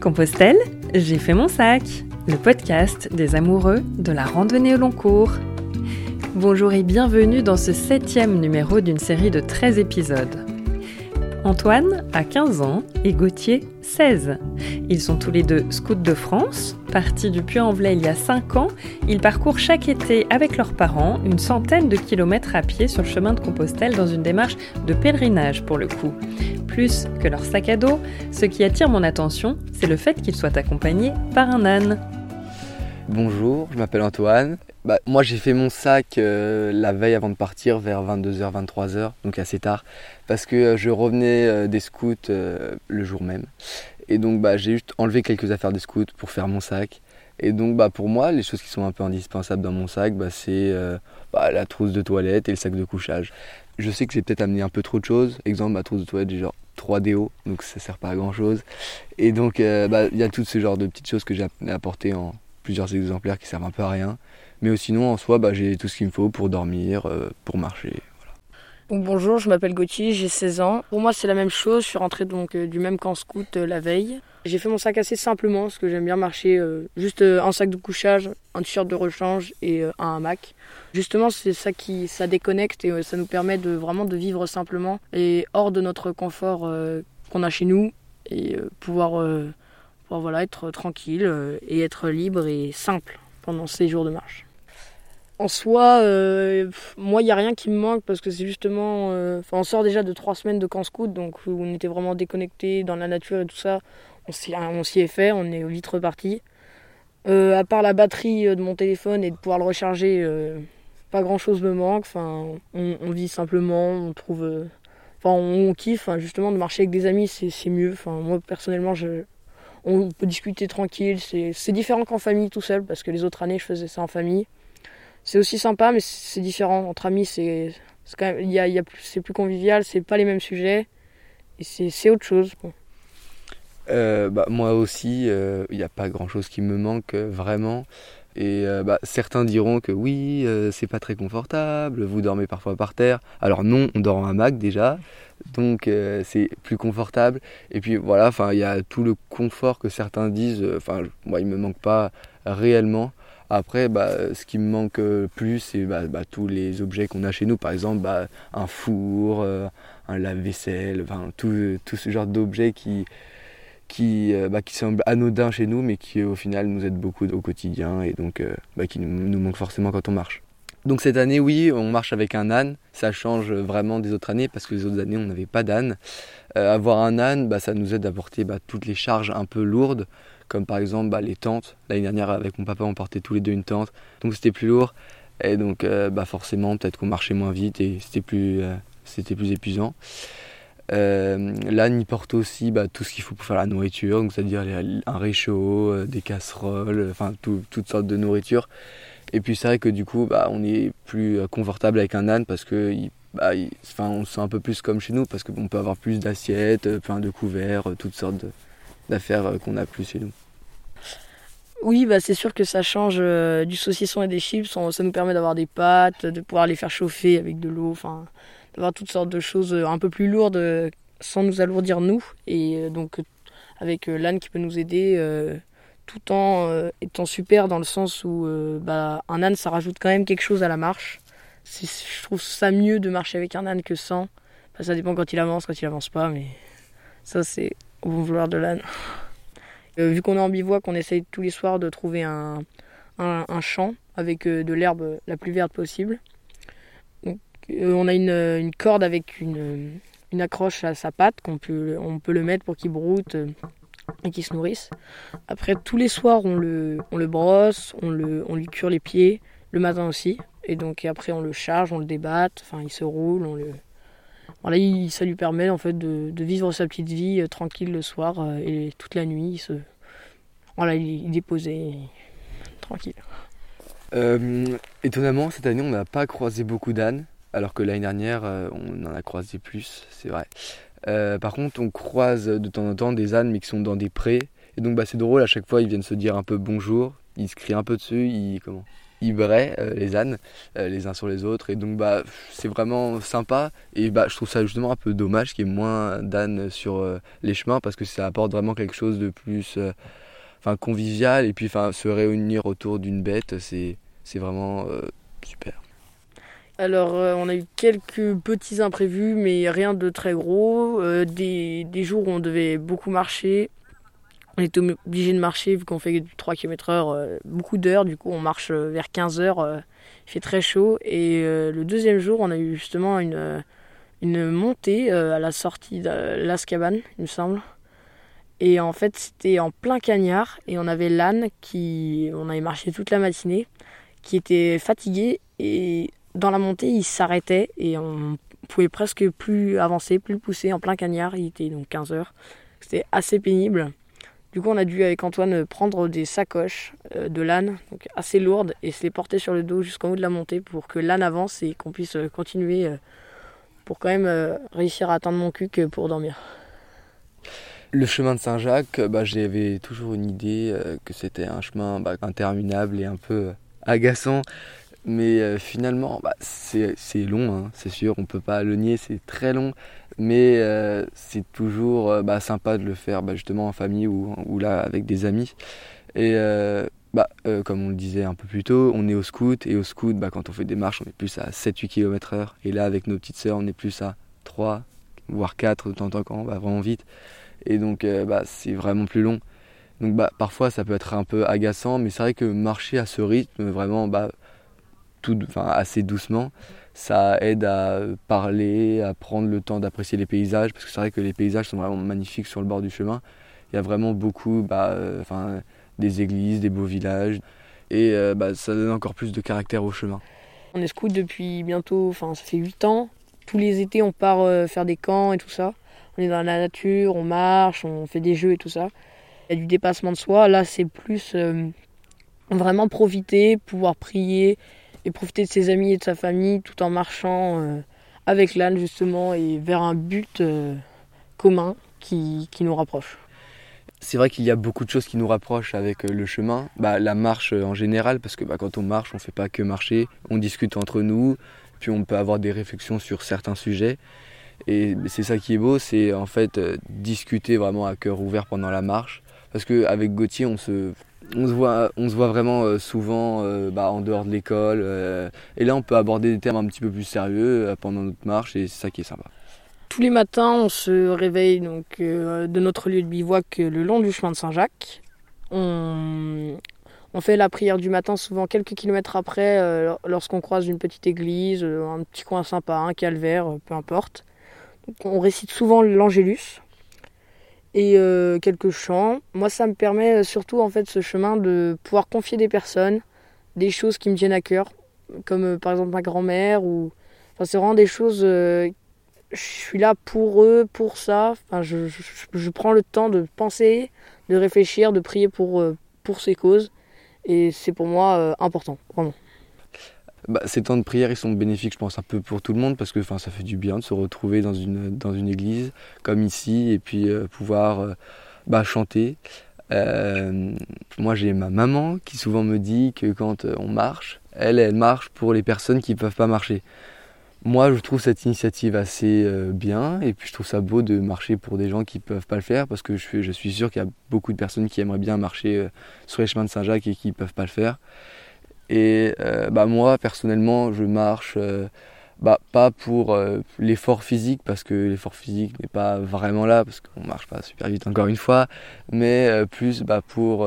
Compostelle, j'ai fait mon sac, le podcast des amoureux de la randonnée au long cours. Bonjour et bienvenue dans ce 7e numéro d'une série de 13 épisodes. Antoine a 15 ans et Gauthier 16. Ils sont tous les deux scouts de France. Partis du Puy-en-Velay il y a 5 ans, ils parcourent chaque été avec leurs parents une centaine de kilomètres à pied sur le chemin de Compostelle dans une démarche de pèlerinage pour le coup. Plus que leur sac à dos, ce qui attire mon attention, c'est le fait qu'ils soient accompagnés par un âne. Bonjour, je m'appelle Antoine. Moi j'ai fait mon sac la veille avant de partir vers 22h, 23h, donc assez tard, parce que je revenais des scouts le jour même. Et donc j'ai juste enlevé quelques affaires des scouts pour faire mon sac. Et donc pour moi, les choses qui sont un peu indispensables dans mon sac, c'est la trousse de toilette et le sac de couchage. Je sais que j'ai peut-être amené un peu trop de choses. Exemple, ma trousse de toilette, j'ai genre 3 déos, donc ça sert pas à grand chose. Et donc il y a tout ce genre de petites choses que j'ai apportées en plusieurs exemplaires qui servent un peu à rien. Mais sinon, en soi, j'ai tout ce qu'il me faut pour dormir, pour marcher. Voilà. Donc, bonjour, je m'appelle Gauthier, j'ai 16 ans. Pour moi, c'est la même chose. Je suis rentré du même camp scout la veille. J'ai fait mon sac assez simplement parce que j'aime bien marcher. Juste un sac de couchage, un t-shirt de rechange et un hamac. Justement, c'est ça ça déconnecte et ça nous permet vraiment de vivre simplement et hors de notre confort qu'on a chez nous et pouvoir être tranquille et être libre et simple pendant ces jours de marche. En soi, moi, il n'y a rien qui me manque parce que c'est justement... on sort déjà de 3 semaines de camp scout, donc où on était vraiment déconnectés dans la nature et tout ça. On s'y est fait, on est vite reparti. À part la batterie de mon téléphone et de pouvoir le recharger, pas grand-chose me manque. On vit simplement, on trouve... on kiffe, justement, de marcher avec des amis, c'est mieux. Moi, personnellement, on peut discuter tranquille. C'est différent qu'en famille tout seul, parce que les autres années, je faisais ça en famille. C'est aussi sympa, mais c'est différent. Entre amis, c'est quand même, c'est plus convivial, c'est pas les mêmes sujets, et c'est autre chose. Bon. Moi aussi, il n'y a pas grand-chose qui me manque vraiment. Et certains diront que oui, c'est pas très confortable, vous dormez parfois par terre. Alors non, on dort en hamac déjà, donc c'est plus confortable. Et puis voilà, il y a tout le confort que certains disent. Moi, il me manque pas réellement. Après, ce qui me manque plus, c'est tous les objets qu'on a chez nous. Par exemple, un four, un lave-vaisselle, tout ce genre d'objets qui semblent anodins chez nous, mais qui au final nous aident beaucoup au quotidien et donc qui nous manquent forcément quand on marche. Donc cette année, oui, on marche avec un âne. Ça change vraiment des autres années parce que les autres années, on n'avait pas d'âne. Avoir un âne, ça nous aide à porter toutes les charges un peu lourdes, comme par exemple les tentes. L'année dernière, avec mon papa, on portait tous les deux une tente, donc c'était plus lourd. Et donc forcément, peut-être qu'on marchait moins vite et c'était plus épuisant. L'âne, il porte aussi tout ce qu'il faut pour faire la nourriture, donc c'est-à-dire un réchaud, des casseroles, toutes sortes de nourriture. Et puis c'est vrai que du coup, on est plus confortable avec un âne parce que on se sent un peu plus comme chez nous parce qu'on peut avoir plus d'assiettes, de couverts, toutes sortes d'affaires qu'on a plus chez nous. Oui, c'est sûr que ça change du saucisson et des chips. Ça nous permet d'avoir des pâtes, de pouvoir les faire chauffer avec de l'eau, d'avoir toutes sortes de choses un peu plus lourdes sans nous alourdir nous. Et donc avec l'âne qui peut nous aider tout en étant super dans le sens où un âne, ça rajoute quand même quelque chose à la marche. Je trouve ça mieux de marcher avec un âne que sans. Ça dépend quand il avance pas, mais ça c'est au bon vouloir de l'âne. Vu qu'on est en bivouac, on essaye tous les soirs de trouver un champ avec de l'herbe la plus verte possible. Donc, on a une corde avec une accroche à sa patte on peut le mettre pour qu'il broute et qu'il se nourrisse. Après, tous les soirs, on le brosse, on lui cure les pieds, le matin aussi. Et donc après, on le charge, on le débatte, il se roule, ça lui permet en fait de vivre sa petite vie tranquille le soir et toute la nuit, il est posé, tranquille. Étonnamment, cette année, on n'a pas croisé beaucoup d'ânes, alors que l'année dernière, on en a croisé plus, c'est vrai. Par contre, on croise de temps en temps des ânes, mais qui sont dans des prés. Et donc, c'est drôle, à chaque fois, ils viennent se dire un peu bonjour, ils se crient un peu dessus, ils braient les ânes les uns sur les autres, et donc c'est vraiment sympa, et je trouve ça justement un peu dommage qu'il y ait moins d'ânes sur les chemins, parce que ça apporte vraiment quelque chose de plus convivial, et puis se réunir autour d'une bête, c'est vraiment super. Alors, on a eu quelques petits imprévus, mais rien de très gros. Des jours où on devait beaucoup marcher. On était obligé de marcher, vu qu'on fait du 3 km/h, beaucoup d'heures. Du coup, on marche vers 15 heures. Il fait très chaud. Et le deuxième jour, on a eu justement une montée à la sortie de Las Cabanes, il me semble. Et en fait, c'était en plein cagnard. Et on avait l'âne on avait marché toute la matinée, qui était fatigué. Et dans la montée, il s'arrêtait et on pouvait presque plus avancer, plus pousser en plein cagnard. Il était donc 15 heures. C'était assez pénible. Du coup, on a dû avec Antoine prendre des sacoches de l'âne, donc assez lourdes, et se les porter sur le dos jusqu'en haut de la montée pour que l'âne avance et qu'on puisse continuer pour quand même réussir à atteindre Montcuq pour dormir. Le chemin de Saint-Jacques, j'avais toujours une idée que c'était un chemin interminable et un peu agaçant. Mais finalement, c'est long, hein, c'est sûr, on peut pas le nier, c'est très long. Mais c'est toujours sympa de le faire justement en famille ou là avec des amis. Et comme on le disait un peu plus tôt, on est au scout. Et au scout, quand on fait des marches, on est plus à 7-8 km/h. Et là, avec nos petites sœurs, on est plus à 3, voire 4 de temps en temps quand on va vraiment vite. Et donc, c'est vraiment plus long. Donc parfois, ça peut être un peu agaçant. Mais c'est vrai que marcher à ce rythme, vraiment... assez doucement, ça aide à parler, à prendre le temps d'apprécier les paysages, parce que c'est vrai que les paysages sont vraiment magnifiques sur le bord du chemin. Il y a vraiment beaucoup des églises, des beaux villages, et ça donne encore plus de caractère au chemin. On est scout depuis bientôt, ça fait 8 ans. Tous les étés, on part faire des camps et tout ça. On est dans la nature, on marche, on fait des jeux et tout ça. Il y a du dépassement de soi. Là, c'est plus vraiment profiter, pouvoir prier, et profiter de ses amis et de sa famille tout en marchant avec l'âne justement et vers un but commun qui nous rapproche. C'est vrai qu'il y a beaucoup de choses qui nous rapprochent avec le chemin. La marche en général, parce que quand on marche, on ne fait pas que marcher, on discute entre nous, puis on peut avoir des réflexions sur certains sujets. Et c'est ça qui est beau, c'est en fait discuter vraiment à cœur ouvert pendant la marche. Parce qu'avec Gauthier, on se voit vraiment souvent en dehors de l'école. Et là, on peut aborder des thèmes un petit peu plus sérieux pendant notre marche, et c'est ça qui est sympa. Tous les matins, on se réveille donc, de notre lieu de bivouac le long du chemin de Saint-Jacques. On fait la prière du matin souvent quelques kilomètres après, lorsqu'on croise une petite église, un petit coin sympa, un calvaire, peu importe. Donc, on récite souvent l'Angélus et quelques chants. Moi, ça me permet surtout en fait ce chemin de pouvoir confier des personnes, des choses qui me tiennent à cœur, comme par exemple ma grand-mère. C'est vraiment des choses... je suis là pour eux, pour ça. Je prends le temps de penser, de réfléchir, de prier pour ces causes. Et c'est pour moi important, vraiment. Ces temps de prière, ils sont bénéfiques, je pense, un peu pour tout le monde, parce que ça fait du bien de se retrouver dans une église comme ici, et puis pouvoir chanter. Moi, j'ai ma maman qui souvent me dit que quand on marche, elle marche pour les personnes qui ne peuvent pas marcher. Moi, je trouve cette initiative assez bien, et puis je trouve ça beau de marcher pour des gens qui ne peuvent pas le faire, parce que je suis sûr qu'il y a beaucoup de personnes qui aimeraient bien marcher sur les chemins de Saint-Jacques et qui ne peuvent pas le faire. Et moi, personnellement, je marche pas pour l'effort physique, parce que l'effort physique n'est pas vraiment là, parce qu'on ne marche pas super vite encore une fois, mais plus pour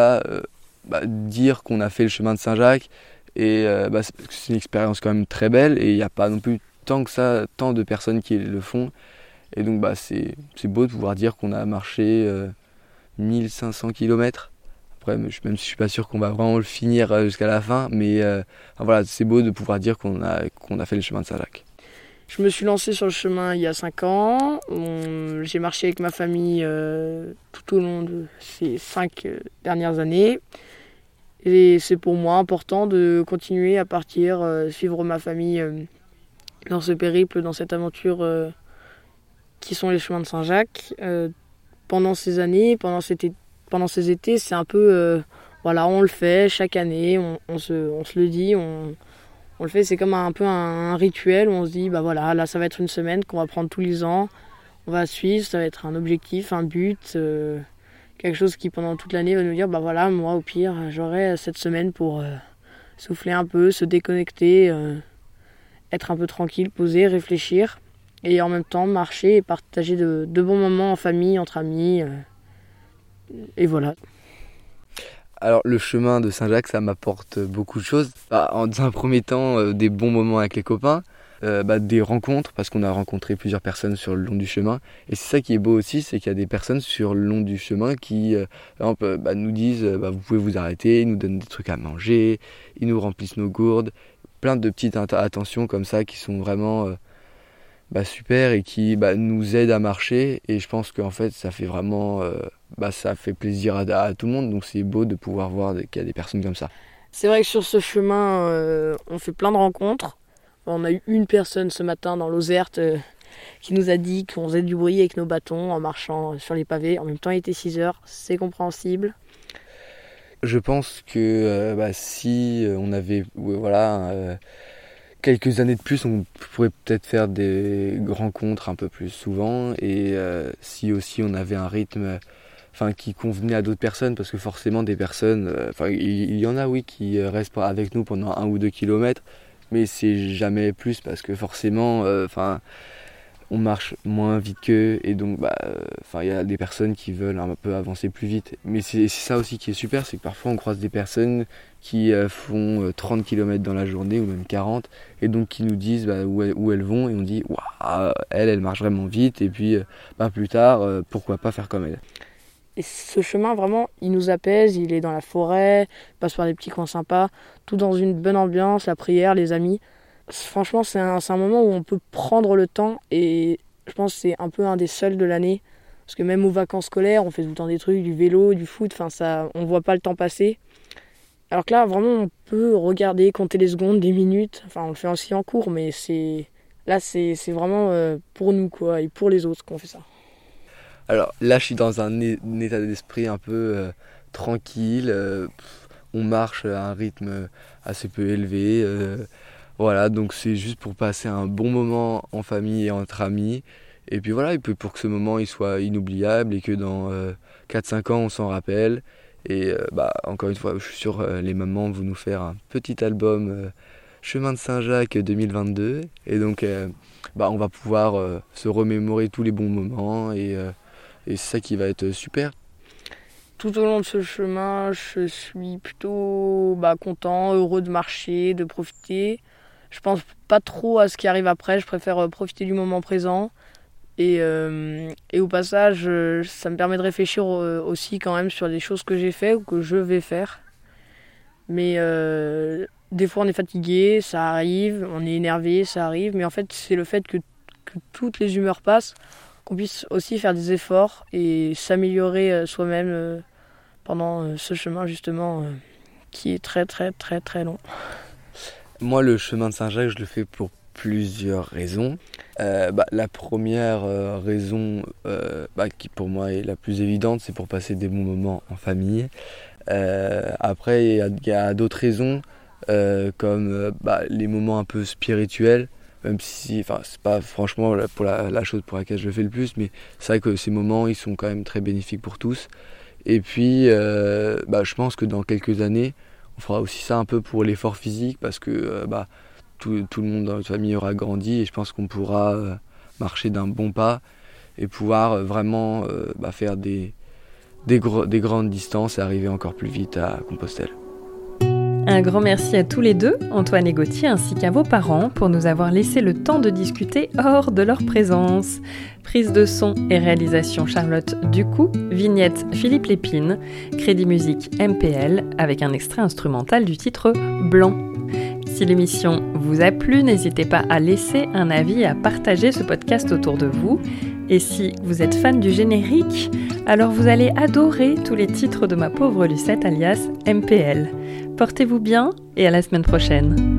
dire qu'on a fait le chemin de Saint-Jacques. Et c'est une expérience quand même très belle, et il n'y a pas non plus tant de personnes qui le font. Et donc c'est beau de pouvoir dire qu'on a marché 1500 km. Après, même si je ne suis pas sûr qu'on va vraiment le finir jusqu'à la fin, mais c'est beau de pouvoir dire qu'on a fait le chemin de Saint-Jacques. Je me suis lancé sur le chemin il y a 5 ans. J'ai marché avec ma famille tout au long de ces 5 dernières années. Et c'est pour moi important de continuer à partir, suivre ma famille dans ce périple, dans cette aventure qui sont les chemins de Saint-Jacques. Pendant ces années, pendant ces étés, c'est un peu Voilà, on le fait chaque année, on se le dit, on le fait, c'est comme un peu un rituel où on se dit, bah voilà, là ça va être une semaine qu'on va prendre tous les ans, on va suivre, ça va être un objectif, un but, quelque chose qui pendant toute l'année va nous dire, bah voilà, moi au pire, j'aurai cette semaine pour souffler un peu, se déconnecter, être un peu tranquille, poser, réfléchir, et en même temps marcher et partager de bons moments en famille, entre amis, et voilà. Alors le chemin de Saint-Jacques, ça m'apporte beaucoup de choses. Dans un premier temps, des bons moments avec les copains, des rencontres, parce qu'on a rencontré plusieurs personnes sur le long du chemin. Et c'est ça qui est beau aussi, c'est qu'il y a des personnes sur le long du chemin qui par exemple, nous disent vous pouvez vous arrêter, ils nous donnent des trucs à manger, ils nous remplissent nos gourdes. Plein de petites attentions comme ça qui sont vraiment super et qui nous aident à marcher. Et je pense qu'en fait ça fait vraiment ça fait plaisir à tout le monde, donc c'est beau de pouvoir voir qu'il y a des personnes comme ça. C'est vrai que sur ce chemin, on fait plein de rencontres. On a eu une personne ce matin dans l'Ozerte qui nous a dit qu'on faisait du bruit avec nos bâtons en marchant sur les pavés. En même temps, il était 6h, c'est compréhensible. Je pense que si on avait quelques années de plus, on pourrait peut-être faire des rencontres un peu plus souvent. Et si aussi on avait un rythme qui convenait à d'autres personnes, parce que forcément des personnes, il y en a qui restent avec nous pendant 1 ou 2 kilomètres, mais c'est jamais plus parce que forcément on marche moins vite qu'eux et donc il y a des personnes qui veulent un peu avancer plus vite. Mais c'est ça aussi qui est super, c'est que parfois on croise des personnes qui font 30 km dans la journée ou même 40 et donc qui nous disent où elles vont et on dit waouh, elle marche vraiment vite et puis plus tard pourquoi pas faire comme elle. Et ce chemin, vraiment, il nous apaise, il est dans la forêt, il passe par des petits coins sympas, tout dans une bonne ambiance, la prière, les amis. Franchement, c'est un moment où on peut prendre le temps et je pense que c'est un peu un des seuls de l'année. Parce que même aux vacances scolaires, on fait tout le temps des trucs, du vélo, du foot, on voit pas le temps passer. Alors que là, vraiment, on peut regarder, compter les secondes, des minutes. On le fait aussi en cours, mais c'est vraiment pour nous et pour les autres qu'on fait ça. Alors là, je suis dans un état d'esprit un peu tranquille. On marche à un rythme assez peu élevé. Donc c'est juste pour passer un bon moment en famille et entre amis. Et puis et puis pour que ce moment il soit inoubliable et que dans 4-5 ans on s'en rappelle. Et encore une fois, je suis sûr les mamans vont nous faire un petit album Chemin de Saint-Jacques 2022. Et donc on va pouvoir se remémorer tous les bons moments et c'est ça qui va être super. Tout au long de ce chemin, je suis plutôt content, heureux de marcher, de profiter. Je pense pas trop à ce qui arrive après, je préfère profiter du moment présent. Et au passage, ça me permet de réfléchir aussi quand même sur des choses que j'ai fait ou que je vais faire. Mais des fois on est fatigué, ça arrive, on est énervé, ça arrive. Mais en fait, c'est le fait que toutes les humeurs passent, qu'on puisse aussi faire des efforts et s'améliorer soi-même pendant ce chemin justement qui est très très très très long. Moi, le chemin de Saint-Jacques, je le fais pour plusieurs raisons. La première raison qui pour moi est la plus évidente, c'est pour passer des bons moments en famille. Après, il y a d'autres raisons comme les moments un peu spirituels. Même si, c'est pas franchement pour la chose pour laquelle je le fais le plus, mais c'est vrai que ces moments, ils sont quand même très bénéfiques pour tous. Et puis, je pense que dans quelques années, on fera aussi ça un peu pour l'effort physique, parce que tout le monde dans notre famille aura grandi, et je pense qu'on pourra marcher d'un bon pas, et pouvoir vraiment faire des grandes distances et arriver encore plus vite à Compostelle. Un grand merci à tous les deux, Antoine et Gauthier, ainsi qu'à vos parents, pour nous avoir laissé le temps de discuter hors de leur présence. Prise de son et réalisation Charlotte Ducou, vignette Philippe Lépine, crédit musique MPL, avec un extrait instrumental du titre Blanc. Si l'émission vous a plu, n'hésitez pas à laisser un avis et à partager ce podcast autour de vous. Et si vous êtes fan du générique, alors vous allez adorer tous les titres de ma pauvre Lucette alias MPL. Portez-vous bien et à la semaine prochaine.